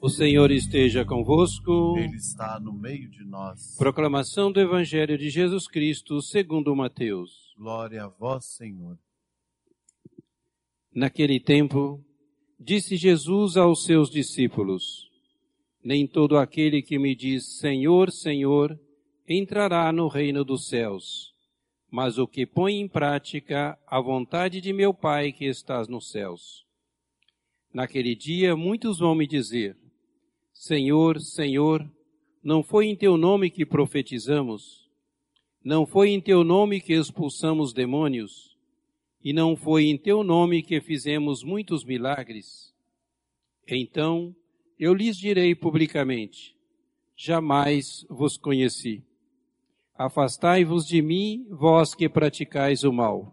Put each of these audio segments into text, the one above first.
O Senhor esteja convosco. Ele está no meio de nós. Proclamação do Evangelho de Jesus Cristo segundo Mateus. Glória a vós, Senhor. Naquele tempo, disse Jesus aos seus discípulos: Nem todo aquele que me diz Senhor, Senhor, entrará no reino dos céus, mas o que põe em prática a vontade de meu Pai que estás nos céus. Naquele dia muitos vão me dizer: Senhor, Senhor, não foi em teu nome que profetizamos? Não foi em teu nome que expulsamos demônios? E não foi em teu nome que fizemos muitos milagres? Então eu lhes direi publicamente: jamais vos conheci. Afastai-vos de mim, vós que praticais o mal.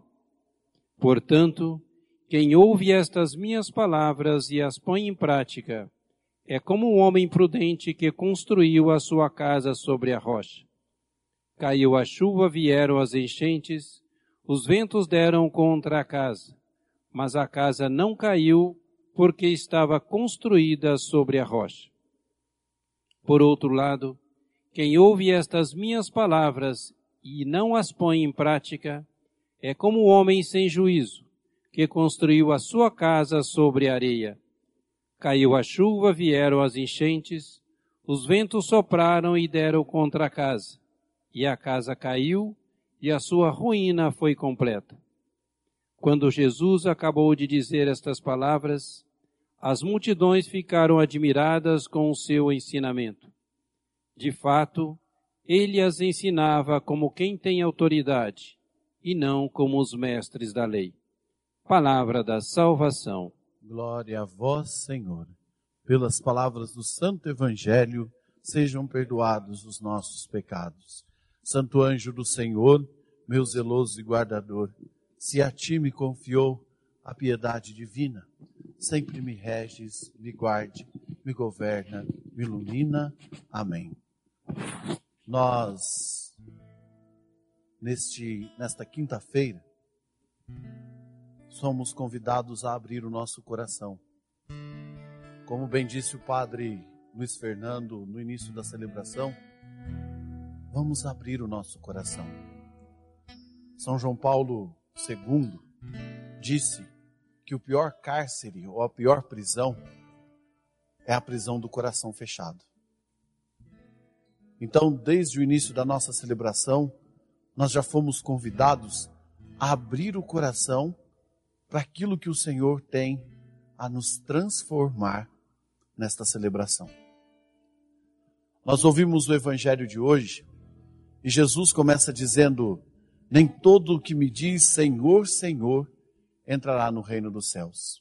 Portanto, quem ouve estas minhas palavras e as põe em prática, é como um homem prudente que construiu a sua casa sobre a rocha. Caiu a chuva, vieram as enchentes, os ventos deram contra a casa, mas a casa não caiu porque estava construída sobre a rocha. Por outro lado, quem ouve estas minhas palavras e não as põe em prática, é como um homem sem juízo, que construiu a sua casa sobre a areia. Caiu a chuva, vieram as enchentes, os ventos sopraram e deram contra a casa, e a casa caiu, e a sua ruína foi completa. Quando Jesus acabou de dizer estas palavras, as multidões ficaram admiradas com o seu ensinamento. De fato, ele as ensinava como quem tem autoridade, e não como os mestres da lei. Palavra da salvação. Glória a vós, Senhor. Pelas palavras do Santo Evangelho, sejam perdoados os nossos pecados. Santo anjo do Senhor, meu zeloso e guardador, se a ti me confiou a piedade divina, sempre me reges, me guarde, me governa, me ilumina. Amém. Nós, nesta quinta-feira, somos convidados a abrir o nosso coração. Como bem disse o Padre Luiz Fernando no início da celebração, vamos abrir o nosso coração. São João Paulo II disse que o pior cárcere ou a pior prisão é a prisão do coração fechado. Então, desde o início da nossa celebração, nós já fomos convidados a abrir o coração para aquilo que o Senhor tem a nos transformar nesta celebração. Nós ouvimos o Evangelho de hoje e Jesus começa dizendo: nem todo o que me diz Senhor, Senhor, entrará no reino dos céus.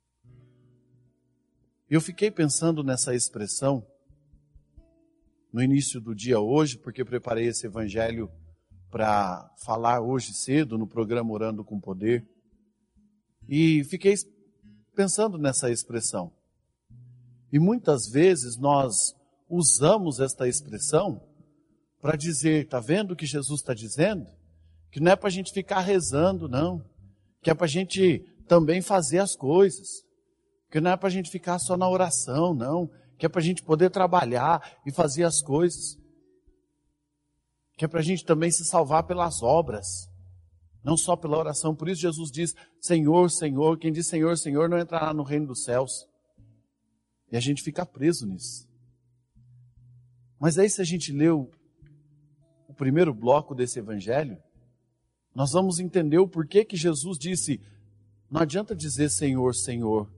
Eu fiquei pensando nessa expressão no início do dia hoje, porque preparei esse Evangelho para falar hoje cedo no programa Orando com Poder. E fiquei pensando nessa expressão. E muitas vezes nós usamos esta expressão para dizer: está vendo o que Jesus está dizendo? Que não é para a gente ficar rezando, não. Que é para a gente também fazer as coisas. Que não é para a gente ficar só na oração, não. Que é para a gente poder trabalhar e fazer as coisas. Que é para a gente também se salvar pelas obras, não só pela oração. Por isso Jesus diz: Senhor, Senhor. Quem diz Senhor, Senhor não entrará no reino dos céus. E a gente fica preso nisso. Mas aí, se a gente leu o primeiro bloco desse Evangelho, nós vamos entender o porquê que Jesus disse: não adianta dizer Senhor, Senhor.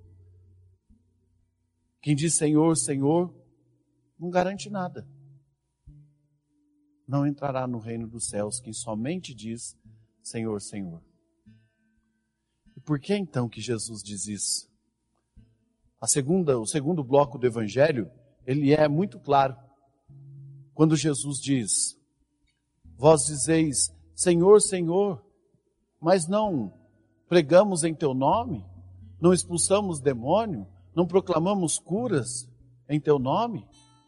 Quem diz Senhor, Senhor, não garante nada. Não entrará no reino dos céus quem somente diz Senhor, Senhor. E por que então que Jesus diz isso? O segundo bloco do Evangelho, ele é muito claro. Quando Jesus diz: vós dizeis Senhor, Senhor, mas não pregamos em teu nome, não expulsamos demônio, não proclamamos curas em teu nome?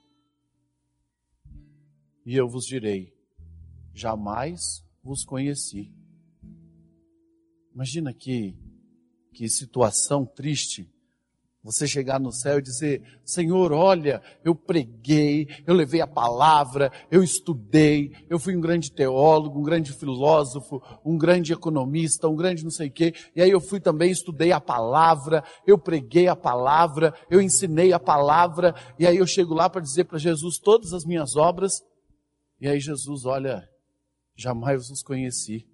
E eu vos direi: jamais vos conheci. Imagina que situação triste Você chegar no céu e dizer, Senhor, olha, eu preguei, eu levei a palavra, eu estudei, eu fui um grande teólogo, um grande filósofo, um grande economista, um grande não sei o quê, e aí eu fui também, estudei a palavra, eu preguei a palavra, eu ensinei a palavra, e aí eu chego lá para dizer para Jesus todas as minhas obras, e aí Jesus, olha, jamais vos conheci.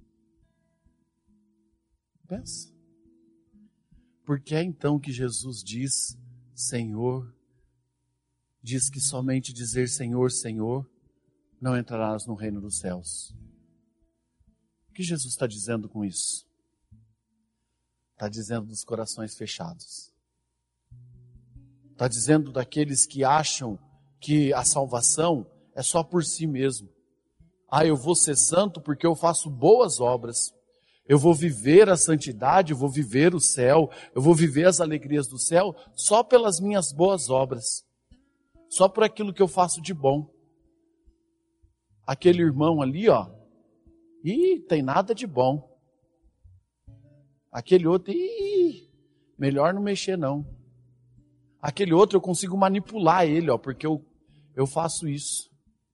Pensa. Por que é então que Jesus diz, Senhor, diz que somente dizer Senhor, Senhor, não entrarás no reino dos céus? O que Jesus está dizendo com isso? Está dizendo dos corações fechados. Está dizendo daqueles que acham que a salvação é só por si mesmo. Eu vou ser santo porque eu faço boas obras. Eu vou viver a santidade, eu vou viver o céu, eu vou viver as alegrias do céu só pelas minhas boas obras. Só por aquilo que eu faço de bom. Aquele irmão ali, tem nada de bom. Aquele outro, melhor não mexer não. Aquele outro eu consigo manipular ele, porque eu faço isso.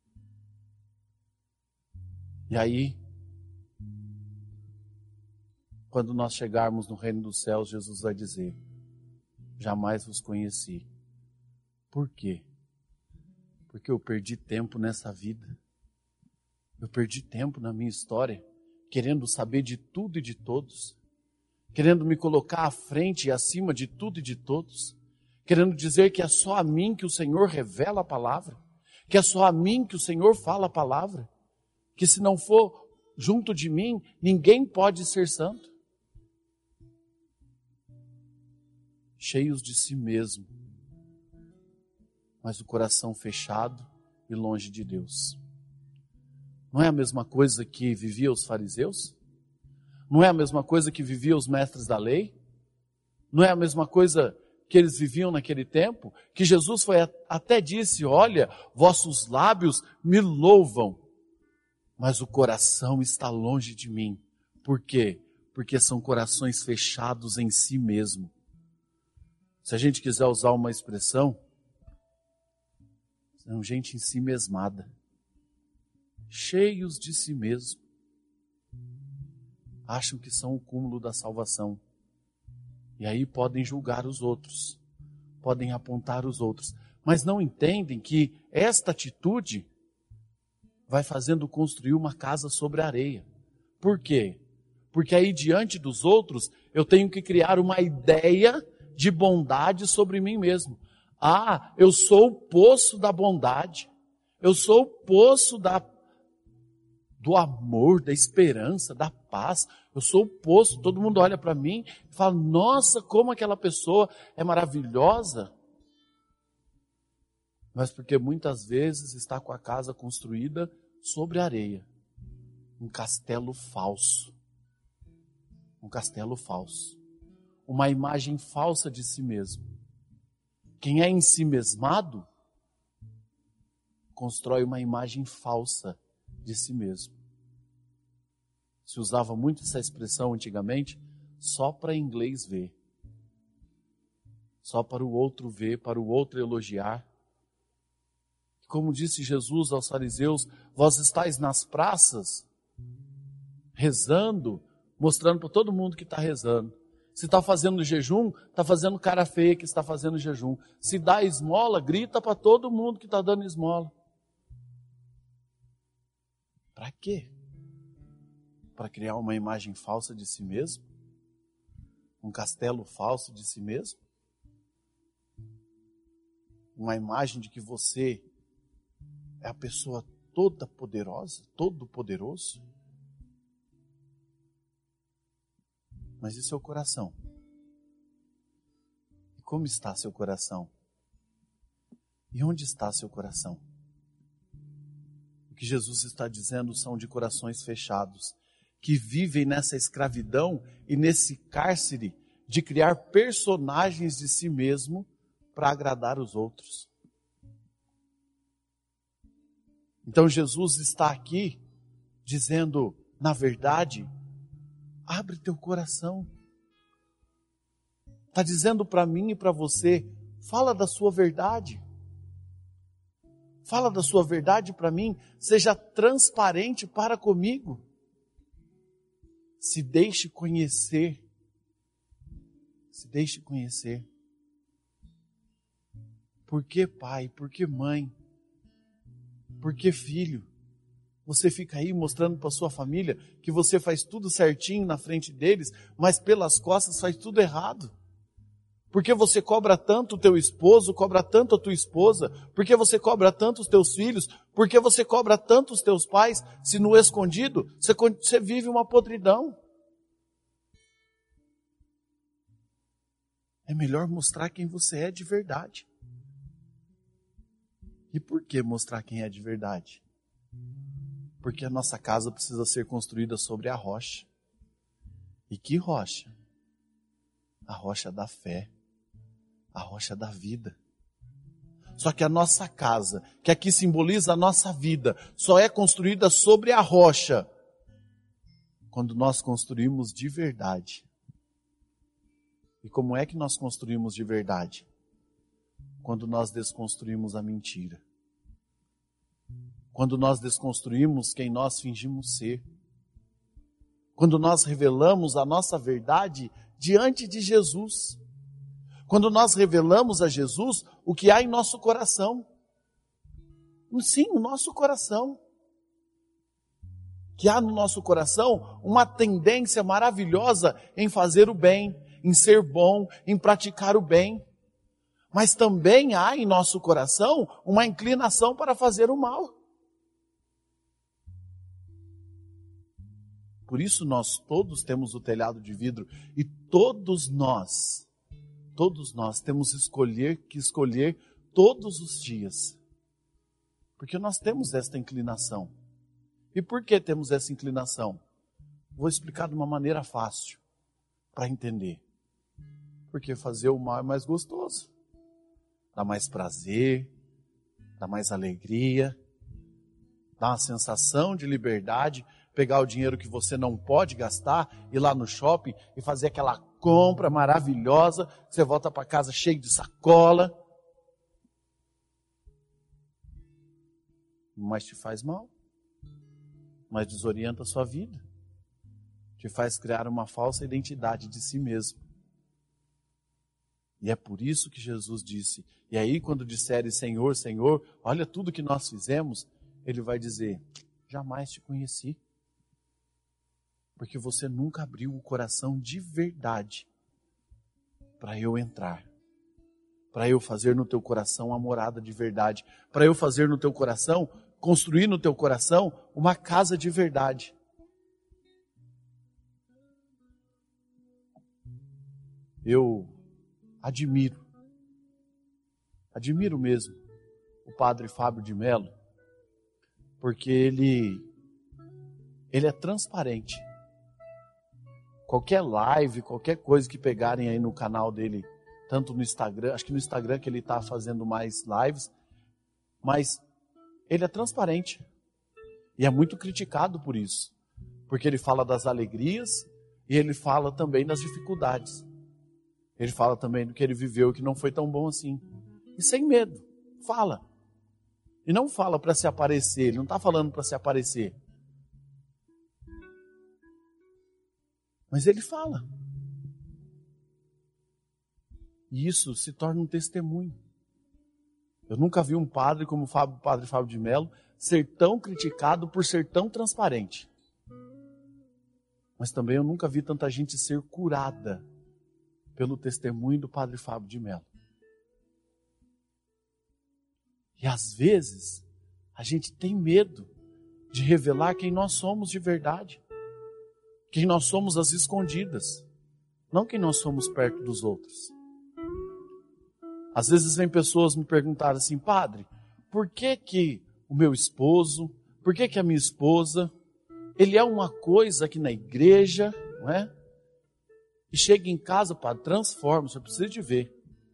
E aí, quando nós chegarmos no reino dos céus, Jesus vai dizer, jamais vos conheci. Por quê? Porque eu perdi tempo nessa vida. Eu perdi tempo na minha história, querendo saber de tudo e de todos, querendo me colocar à frente e acima de tudo e de todos, querendo dizer que é só a mim que o Senhor revela a palavra, que é só a mim que o Senhor fala a palavra, que se não for junto de mim, ninguém pode ser santo. Cheios de si mesmo, mas o coração fechado e longe de Deus. Não é a mesma coisa que viviam os fariseus? Não é a mesma coisa que viviam os mestres da lei? Não é a mesma coisa que eles viviam naquele tempo? Que Jesus até disse, olha, vossos lábios me louvam, mas o coração está longe de mim. Por quê? Porque são corações fechados em si mesmo. Se a gente quiser usar uma expressão, são gente em si mesmada, cheios de si mesmo, acham que são o cúmulo da salvação, e aí podem julgar os outros, podem apontar os outros, mas não entendem que esta atitude vai fazendo construir uma casa sobre a areia. Por quê? Porque aí diante dos outros eu tenho que criar uma ideia de bondade sobre mim mesmo. Eu sou o poço da bondade. Eu sou o poço do amor, da esperança, da paz. Eu sou o poço. Todo mundo olha para mim e fala, nossa, como aquela pessoa é maravilhosa. Mas porque muitas vezes está com a casa construída sobre areia. Um castelo falso. Um castelo falso. Uma imagem falsa de si mesmo. Quem é ensimesmado, constrói uma imagem falsa de si mesmo. Se usava muito essa expressão antigamente, só para inglês ver. Só para o outro ver, para o outro elogiar. Como disse Jesus aos fariseus, vós estáis nas praças, rezando, mostrando para todo mundo que está rezando. Se está fazendo jejum, está fazendo cara feia que está fazendo jejum. Se dá esmola, grita para todo mundo que está dando esmola. Para quê? Para criar uma imagem falsa de si mesmo? Um castelo falso de si mesmo? Uma imagem de que você é a pessoa toda poderosa, todo poderoso? Mas e seu coração? E como está seu coração? E onde está seu coração? O que Jesus está dizendo são de corações fechados, que vivem nessa escravidão e nesse cárcere de criar personagens de si mesmo para agradar os outros. Então Jesus está aqui dizendo, na verdade, abre teu coração. Está dizendo para mim e para você, fala da sua verdade. Fala da sua verdade para mim, seja transparente para comigo. Se deixe conhecer. Se deixe conhecer. Por que pai? Por que mãe? Por que filho? Você fica aí mostrando para sua família que você faz tudo certinho na frente deles, mas pelas costas faz tudo errado. Por que você cobra tanto o teu esposo, cobra tanto a tua esposa? Por que você cobra tanto os teus filhos? Por que você cobra tanto os teus pais? Se no escondido você vive uma podridão. É melhor mostrar quem você é de verdade. E por que mostrar quem é de verdade? Porque a nossa casa precisa ser construída sobre a rocha. E que rocha? A rocha da fé. A rocha da vida. Só que a nossa casa, que aqui simboliza a nossa vida, só é construída sobre a rocha quando nós construímos de verdade. E como é que nós construímos de verdade? Quando nós desconstruímos a mentira. Quando nós desconstruímos quem nós fingimos ser. Quando nós revelamos a nossa verdade diante de Jesus. Quando nós revelamos a Jesus o que há em nosso coração. Sim, o nosso coração. Que há no nosso coração uma tendência maravilhosa em fazer o bem, em ser bom, em praticar o bem. Mas também há em nosso coração uma inclinação para fazer o mal. Por isso nós todos temos o telhado de vidro e todos nós temos que escolher todos os dias. Porque nós temos esta inclinação. E por que temos essa inclinação? Vou explicar de uma maneira fácil para entender. Porque fazer o mal é mais gostoso. Dá mais prazer, dá mais alegria, dá uma sensação de liberdade, pegar o dinheiro que você não pode gastar, ir lá no shopping e fazer aquela compra maravilhosa, você volta para casa cheio de sacola, mas te faz mal, mas desorienta a sua vida, te faz criar uma falsa identidade de si mesmo. E é por isso que Jesus disse, e aí quando disserem Senhor, Senhor, olha tudo que nós fizemos, Ele vai dizer, jamais te conheci. Porque você nunca abriu o coração de verdade para eu entrar. Para eu fazer no teu coração a morada de verdade. Para eu fazer no teu coração, construir no teu coração uma casa de verdade. Eu admiro mesmo o padre Fábio de Mello, porque ele é transparente. Qualquer live, qualquer coisa que pegarem aí no canal dele, tanto no Instagram, acho que no Instagram que ele está fazendo mais lives, mas ele é transparente. E é muito criticado por isso. Porque ele fala das alegrias e ele fala também das dificuldades. Ele fala também do que ele viveu que não foi tão bom assim. E sem medo, fala. E não fala para se aparecer, ele não está falando para se aparecer. Mas ele fala. E isso se torna um testemunho. Eu nunca vi um padre como o padre Fábio de Mello ser tão criticado por ser tão transparente. Mas também eu nunca vi tanta gente ser curada pelo testemunho do padre Fábio de Mello. E às vezes a gente tem medo de revelar quem nós somos de verdade. Quem nós somos às escondidas. Não quem nós somos perto dos outros. Às vezes vem pessoas me perguntar assim, padre, por que o meu esposo, por que a minha esposa, ele é uma coisa aqui na igreja, não é? E chega em casa, padre, transforma, você precisa de ver.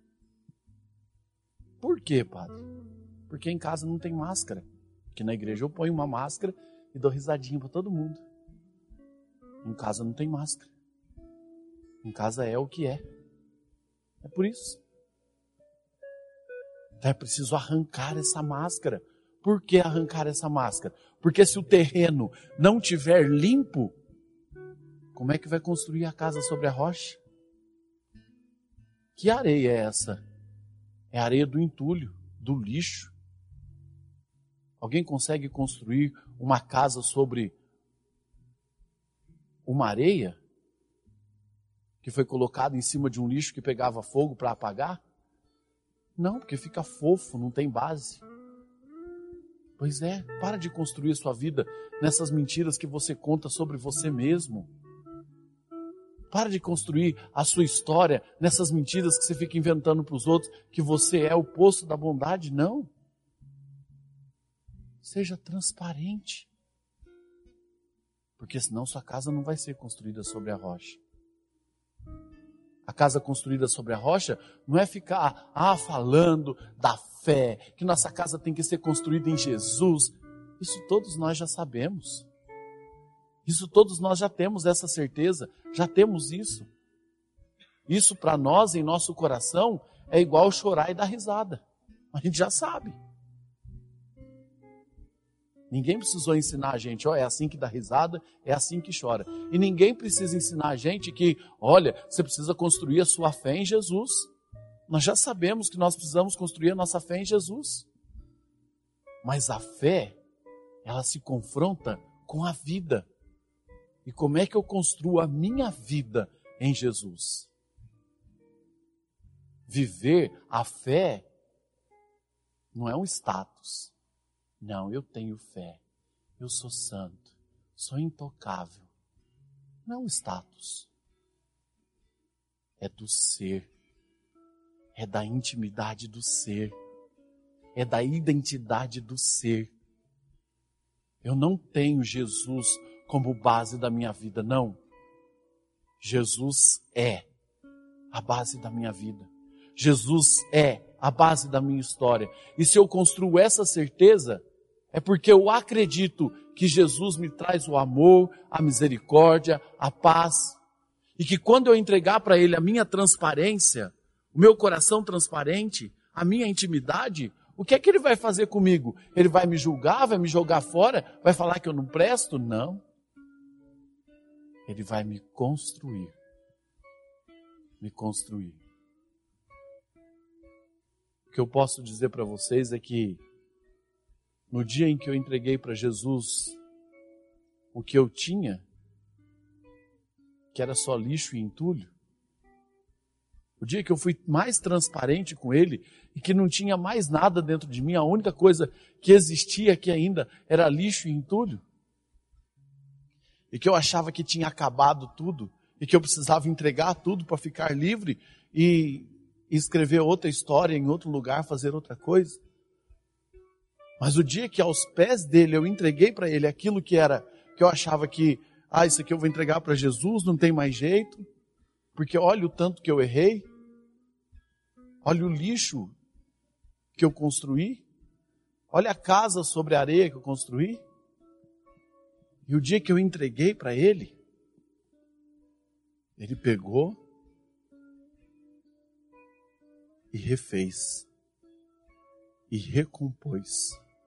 Por quê, padre? Porque em casa não tem máscara. Porque na igreja eu ponho uma máscara e dou risadinha para todo mundo. Em casa não tem máscara. Em casa é o que é. É por isso. Então é preciso arrancar essa máscara. Por que arrancar essa máscara? Porque se o terreno não tiver limpo, como é que vai construir a casa sobre a rocha? Que areia é essa? É a areia do entulho, do lixo. Alguém consegue construir uma casa sobre uma areia que foi colocada em cima de um lixo que pegava fogo para apagar? Não, porque fica fofo, não tem base. Pois é, para de construir a sua vida nessas mentiras que você conta sobre você mesmo. Para de construir a sua história nessas mentiras que você fica inventando para os outros, que você é o poço da bondade. Não. Seja transparente. Porque senão sua casa não vai ser construída sobre a rocha. A casa construída sobre a rocha não é ficar falando da fé, que nossa casa tem que ser construída em Jesus. Isso todos nós já sabemos. Isso todos nós já temos essa certeza, já temos isso. Isso para nós, em nosso coração, é igual chorar e dar risada. A gente já sabe. Ninguém precisou ensinar a gente, é assim que dá risada, é assim que chora. E ninguém precisa ensinar a gente que, olha, você precisa construir a sua fé em Jesus. Nós já sabemos que nós precisamos construir a nossa fé em Jesus. Mas a fé, ela se confronta com a vida. E como é que eu construo a minha vida em Jesus? Viver a fé não é um status. Não, eu tenho fé, eu sou santo, sou intocável. Não é um status. É do ser. É da intimidade do ser. É da identidade do ser. Eu não tenho Jesus como base da minha vida, não. Jesus é a base da minha vida. Jesus é a base da minha história. E se eu construo essa certeza, é porque eu acredito que Jesus me traz o amor, a misericórdia, a paz. E que quando eu entregar para Ele a minha transparência, o meu coração transparente, a minha intimidade, o que é que Ele vai fazer comigo? Ele vai me julgar, vai me jogar fora, vai falar que eu não presto? Não. Ele vai me construir. Me construir. O que eu posso dizer para vocês é que no dia em que eu entreguei para Jesus o que eu tinha, que era só lixo e entulho, o dia que eu fui mais transparente com Ele e que não tinha mais nada dentro de mim, a única coisa que existia aqui ainda era lixo e entulho, e que eu achava que tinha acabado tudo, e que eu precisava entregar tudo para ficar livre e escrever outra história em outro lugar, fazer outra coisa. Mas o dia que aos pés dele eu entreguei para ele aquilo que eu achava que, isso aqui eu vou entregar para Jesus, não tem mais jeito, porque olha o tanto que eu errei, olha o lixo que eu construí, olha a casa sobre a areia que eu construí. E o dia que eu entreguei para ele, ele pegou e refez e recompôs.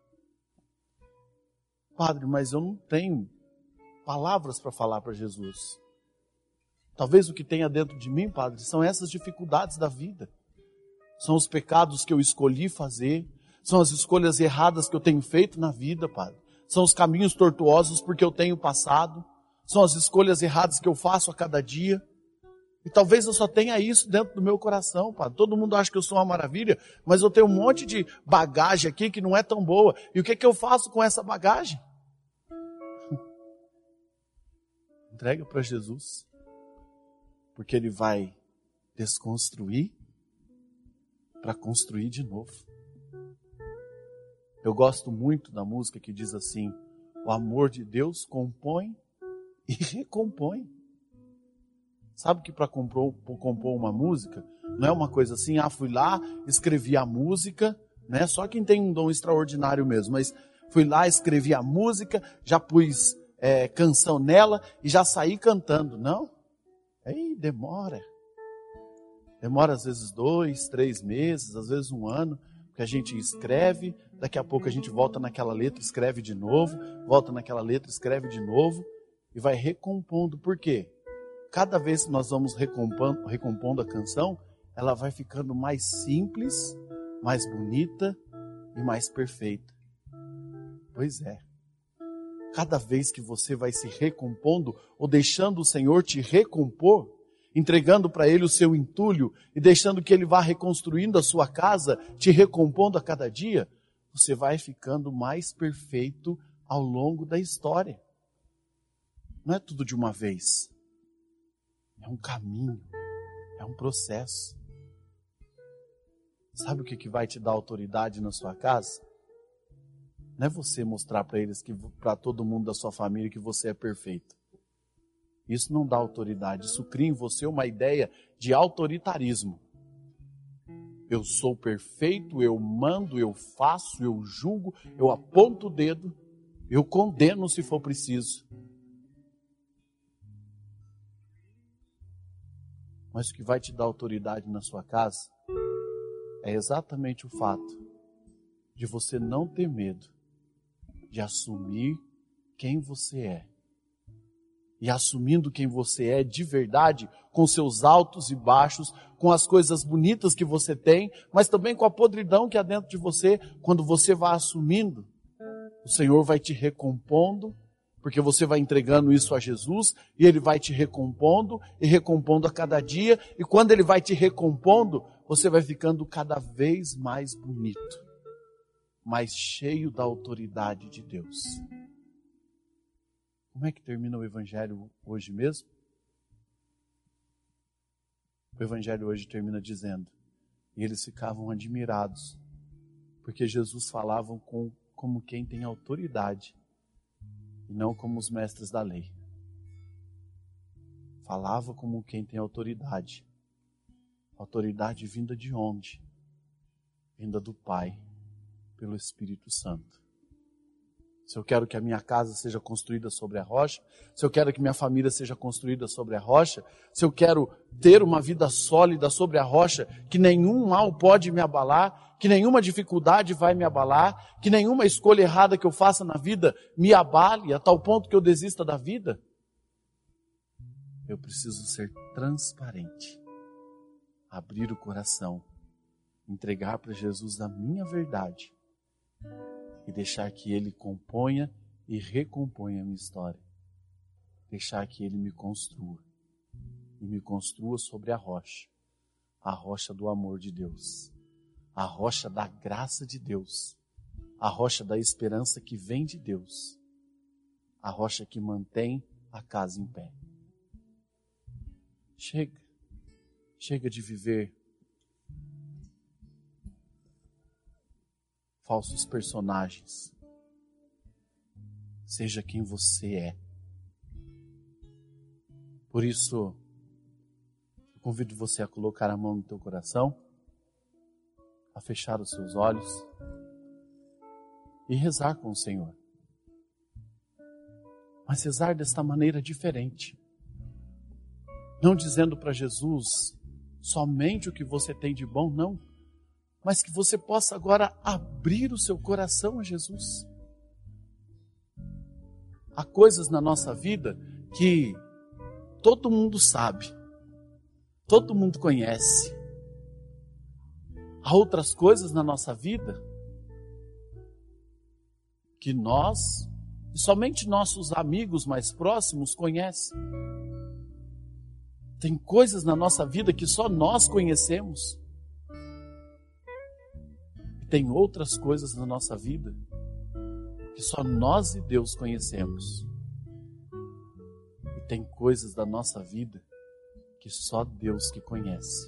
Padre, mas eu não tenho palavras para falar para Jesus. Talvez o que tenha dentro de mim, Padre, são essas dificuldades da vida. São os pecados que eu escolhi fazer, são as escolhas erradas que eu tenho feito na vida, Padre. São os caminhos tortuosos porque eu tenho passado, são as escolhas erradas que eu faço a cada dia. E talvez eu só tenha isso dentro do meu coração, Padre. Todo mundo acha que eu sou uma maravilha, mas eu tenho um monte de bagagem aqui que não é tão boa. E o que é que eu faço com essa bagagem? Entrega para Jesus. Porque Ele vai desconstruir para construir de novo. Eu gosto muito da música que diz assim: o amor de Deus compõe e recompõe. Sabe que para compor uma música, não é uma coisa assim, fui lá, escrevi a música, né? Só quem tem um dom extraordinário mesmo, mas fui lá, escrevi a música, já pus canção nela e já saí cantando. Não, aí demora. Demora às vezes 2, 3 meses, às vezes 1 ano, porque a gente escreve, daqui a pouco a gente volta naquela letra, escreve de novo, volta naquela letra, escreve de novo, e vai recompondo. Por quê? Cada vez que nós vamos recompondo a canção, ela vai ficando mais simples, mais bonita e mais perfeita. Pois é. Cada vez que você vai se recompondo, ou deixando o Senhor te recompor, entregando para Ele o seu entulho e deixando que Ele vá reconstruindo a sua casa, te recompondo a cada dia, você vai ficando mais perfeito ao longo da história. Não é tudo de uma vez. É um caminho, é um processo. Sabe o que vai te dar autoridade na sua casa? Não é você mostrar para eles, para todo mundo da sua família, que você é perfeito. Isso não dá autoridade. Isso cria em você uma ideia de autoritarismo. Eu sou perfeito, eu mando, eu faço, eu julgo, eu aponto o dedo, eu condeno se for preciso. Mas o que vai te dar autoridade na sua casa é exatamente o fato de você não ter medo de assumir quem você é. E assumindo quem você é de verdade, com seus altos e baixos, com as coisas bonitas que você tem, mas também com a podridão que há dentro de você. Quando você vai assumindo, o Senhor vai te recompondo, porque você vai entregando isso a Jesus, e Ele vai te recompondo, e recompondo a cada dia, e quando Ele vai te recompondo, você vai ficando cada vez mais bonito, mais cheio da autoridade de Deus. Como é que termina o Evangelho hoje mesmo? O Evangelho hoje termina dizendo: e eles ficavam admirados, porque Jesus falava como quem tem autoridade, e não como os mestres da lei. Falava como quem tem autoridade. Autoridade vinda de onde? Vinda do Pai, pelo Espírito Santo. Se eu quero que a minha casa seja construída sobre a rocha, se eu quero que minha família seja construída sobre a rocha, se eu quero ter uma vida sólida sobre a rocha, que nenhum mal pode me abalar, que nenhuma dificuldade vai me abalar, que nenhuma escolha errada que eu faça na vida me abale a tal ponto que eu desista da vida, eu preciso ser transparente, abrir o coração, entregar para Jesus a minha verdade, e deixar que Ele componha e recomponha a minha história. Deixar que Ele me construa. E me construa sobre a rocha do amor de Deus, a rocha da graça de Deus, a rocha da esperança que vem de Deus, a rocha que mantém a casa em pé. Chega de viver falsos personagens. Seja quem você é. Por isso, eu convido você a colocar a mão no teu coração, a fechar os seus olhos e rezar com o Senhor. Mas rezar desta maneira diferente. Não dizendo para Jesus somente o que você tem de bom, não. Mas que você possa agora abrir o seu coração a Jesus. Há coisas na nossa vida que todo mundo sabe, todo mundo conhece. Há outras coisas na nossa vida que nós, e somente nossos amigos mais próximos conhecem. Tem coisas na nossa vida que só nós conhecemos. Tem outras coisas na nossa vida que só nós e Deus conhecemos. E tem coisas da nossa vida que só Deus que conhece.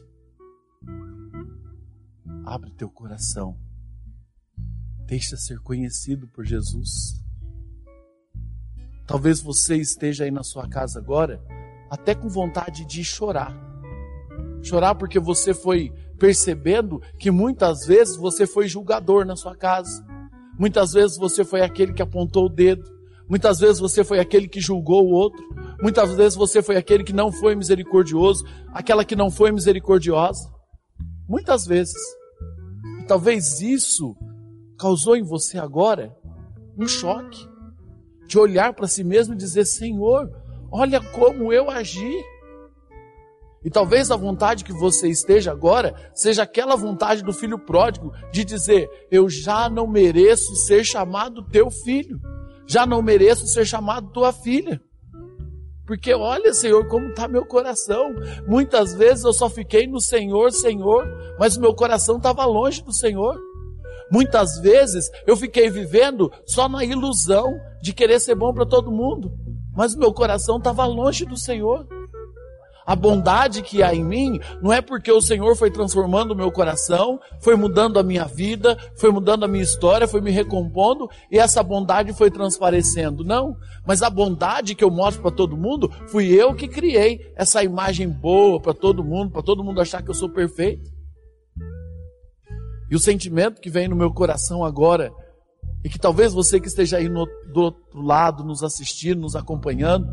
Abre teu coração. Deixa ser conhecido por Jesus. Talvez você esteja aí na sua casa agora, até com vontade de chorar. Chorar porque você foi percebendo que muitas vezes você foi julgador na sua casa. Muitas vezes você foi aquele que apontou o dedo. Muitas vezes você foi aquele que julgou o outro. Muitas vezes você foi aquele que não foi misericordioso, aquela que não foi misericordiosa. Muitas vezes. E talvez isso causou em você agora um choque. De olhar para si mesmo e dizer, Senhor, olha como eu agi. E talvez a vontade que você esteja agora seja aquela vontade do filho pródigo de dizer, eu já não mereço ser chamado teu filho. Já não mereço ser chamado tua filha. Porque olha, Senhor, como está meu coração. Muitas vezes eu só fiquei no Senhor, Senhor, mas o meu coração estava longe do Senhor. Muitas vezes eu fiquei vivendo só na ilusão de querer ser bom para todo mundo, mas o meu coração estava longe do Senhor. A bondade que há em mim não é porque o Senhor foi transformando o meu coração, foi mudando a minha vida, foi mudando a minha história, foi me recompondo e essa bondade foi transparecendo. Não, mas a bondade que eu mostro para todo mundo, fui eu que criei essa imagem boa para todo mundo achar que eu sou perfeito. E o sentimento que vem no meu coração agora, e que talvez você que esteja aí do outro lado, nos assistindo, nos acompanhando,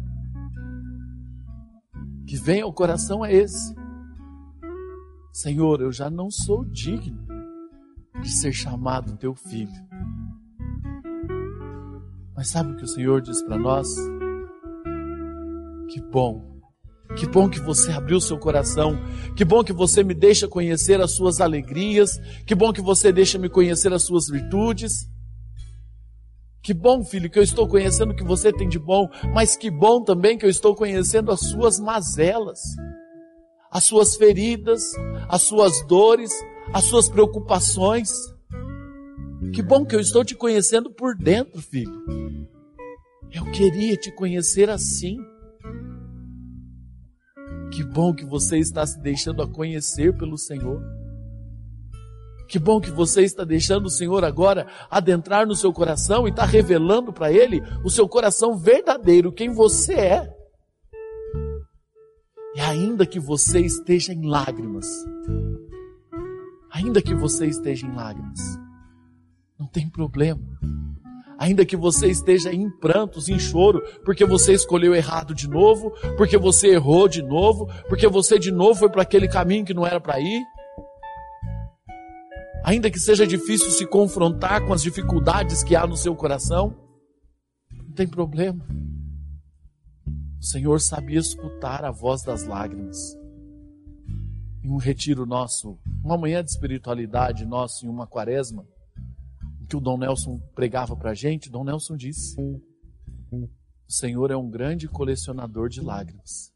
que vem ao coração é esse. Senhor, eu já não sou digno de ser chamado teu filho. Mas sabe o que o Senhor diz para nós? Que bom que você abriu seu coração, que bom que você me deixa conhecer as suas alegrias, que bom que você deixa me conhecer as suas virtudes. Que bom, filho, que eu estou conhecendo o que você tem de bom, mas que bom também que eu estou conhecendo as suas mazelas, as suas feridas, as suas dores, as suas preocupações. Que bom que eu estou te conhecendo por dentro, filho. Eu queria te conhecer assim. Que bom que você está se deixando a conhecer pelo Senhor. Que bom que você está deixando o Senhor agora adentrar no seu coração e está revelando para Ele o seu coração verdadeiro, quem você é. E ainda que você esteja em lágrimas, não tem problema. Ainda que você esteja em prantos, em choro, porque você escolheu errado de novo, porque você errou de novo, porque você de novo foi para aquele caminho que não era para ir. Ainda que seja difícil se confrontar com as dificuldades que há no seu coração, não tem problema. O Senhor sabe escutar a voz das lágrimas. Em um retiro nosso, uma manhã de espiritualidade nosso, em uma quaresma, em que o Dom Nelson pregava para a gente, Dom Nelson disse, o Senhor é um grande colecionador de lágrimas.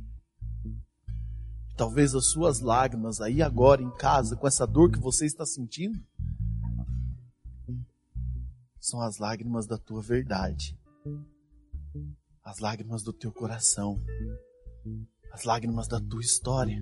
Talvez as suas lágrimas aí agora em casa, com essa dor que você está sentindo, são as lágrimas da tua verdade, as lágrimas do teu coração, as lágrimas da tua história.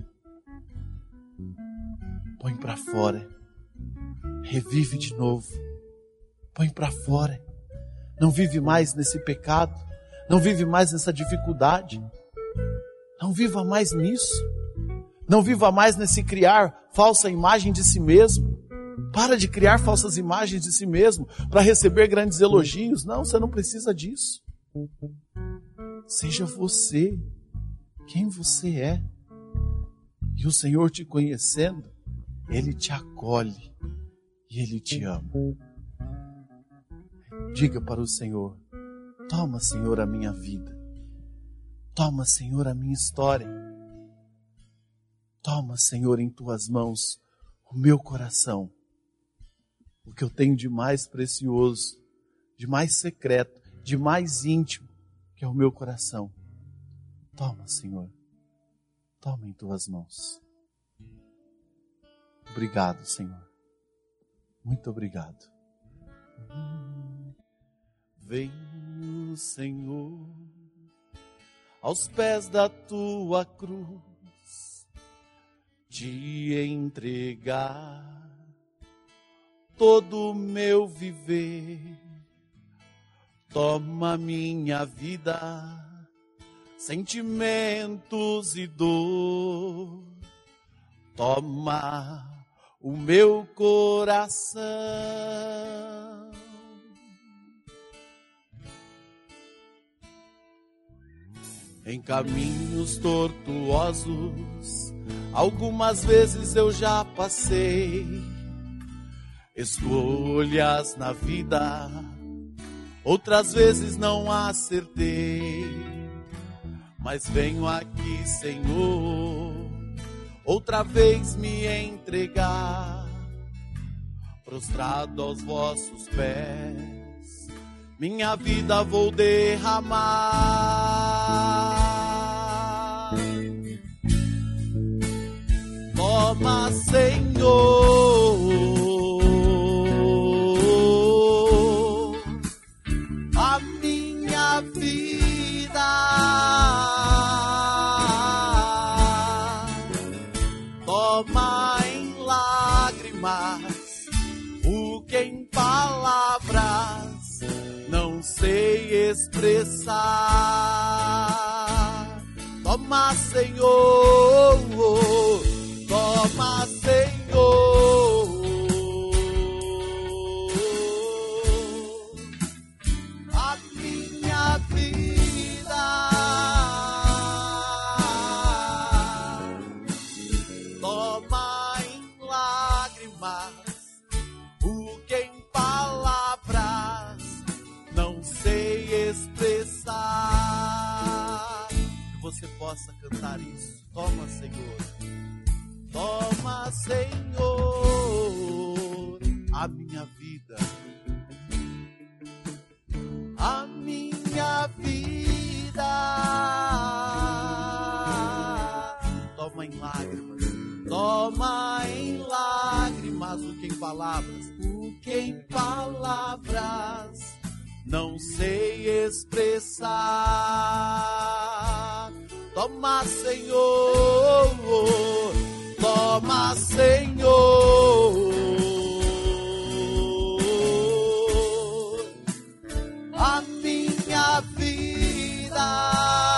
Põe para fora, revive de novo, põe para fora. Não vive mais nesse pecado, não vive mais nessa dificuldade, não viva mais nisso. Não viva mais nesse criar falsa imagem de si mesmo. Para de criar falsas imagens de si mesmo para receber grandes elogios. Não, você não precisa disso. Seja você, quem você é. E o Senhor te conhecendo, Ele te acolhe e Ele te ama. Diga para o Senhor, toma, Senhor, a minha vida. Toma, Senhor, a minha história. Toma, Senhor, em tuas mãos o meu coração, o que eu tenho de mais precioso, de mais secreto, de mais íntimo, que é o meu coração. Toma, Senhor, toma em tuas mãos. Obrigado, Senhor. Muito obrigado. Venho, Senhor, aos pés da tua cruz, te entregar todo o meu viver. Toma minha vida, sentimentos e dor. Toma o meu coração. em caminhos tortuosos, algumas vezes eu já passei. Escolhas na vida, outras vezes não acertei. Mas venho aqui, Senhor, outra vez me entregar, prostrado aos vossos pés, minha vida vou derramar. Toma, Senhor, a minha vida. Toma em lágrimas o que em palavras não sei expressar. Toma, Senhor, toma, Senhor, a minha vida. Toma em lágrimas o que em palavras não sei expressar. Que você possa cantar isso. Toma, Senhor. Toma, Senhor, a minha vida. A minha vida. Toma em lágrimas. Toma em lágrimas o que em palavras. O que em palavras não sei expressar. Toma, Senhor, toma, Senhor, a minha vida.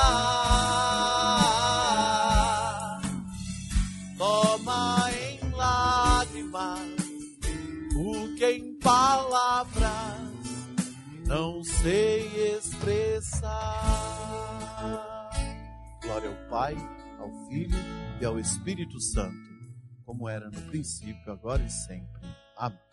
Toma em lágrimas o que em palavras não sei expressar. Glória ao Pai, ao Filho e ao Espírito Santo, como era no princípio, agora e sempre. Amém.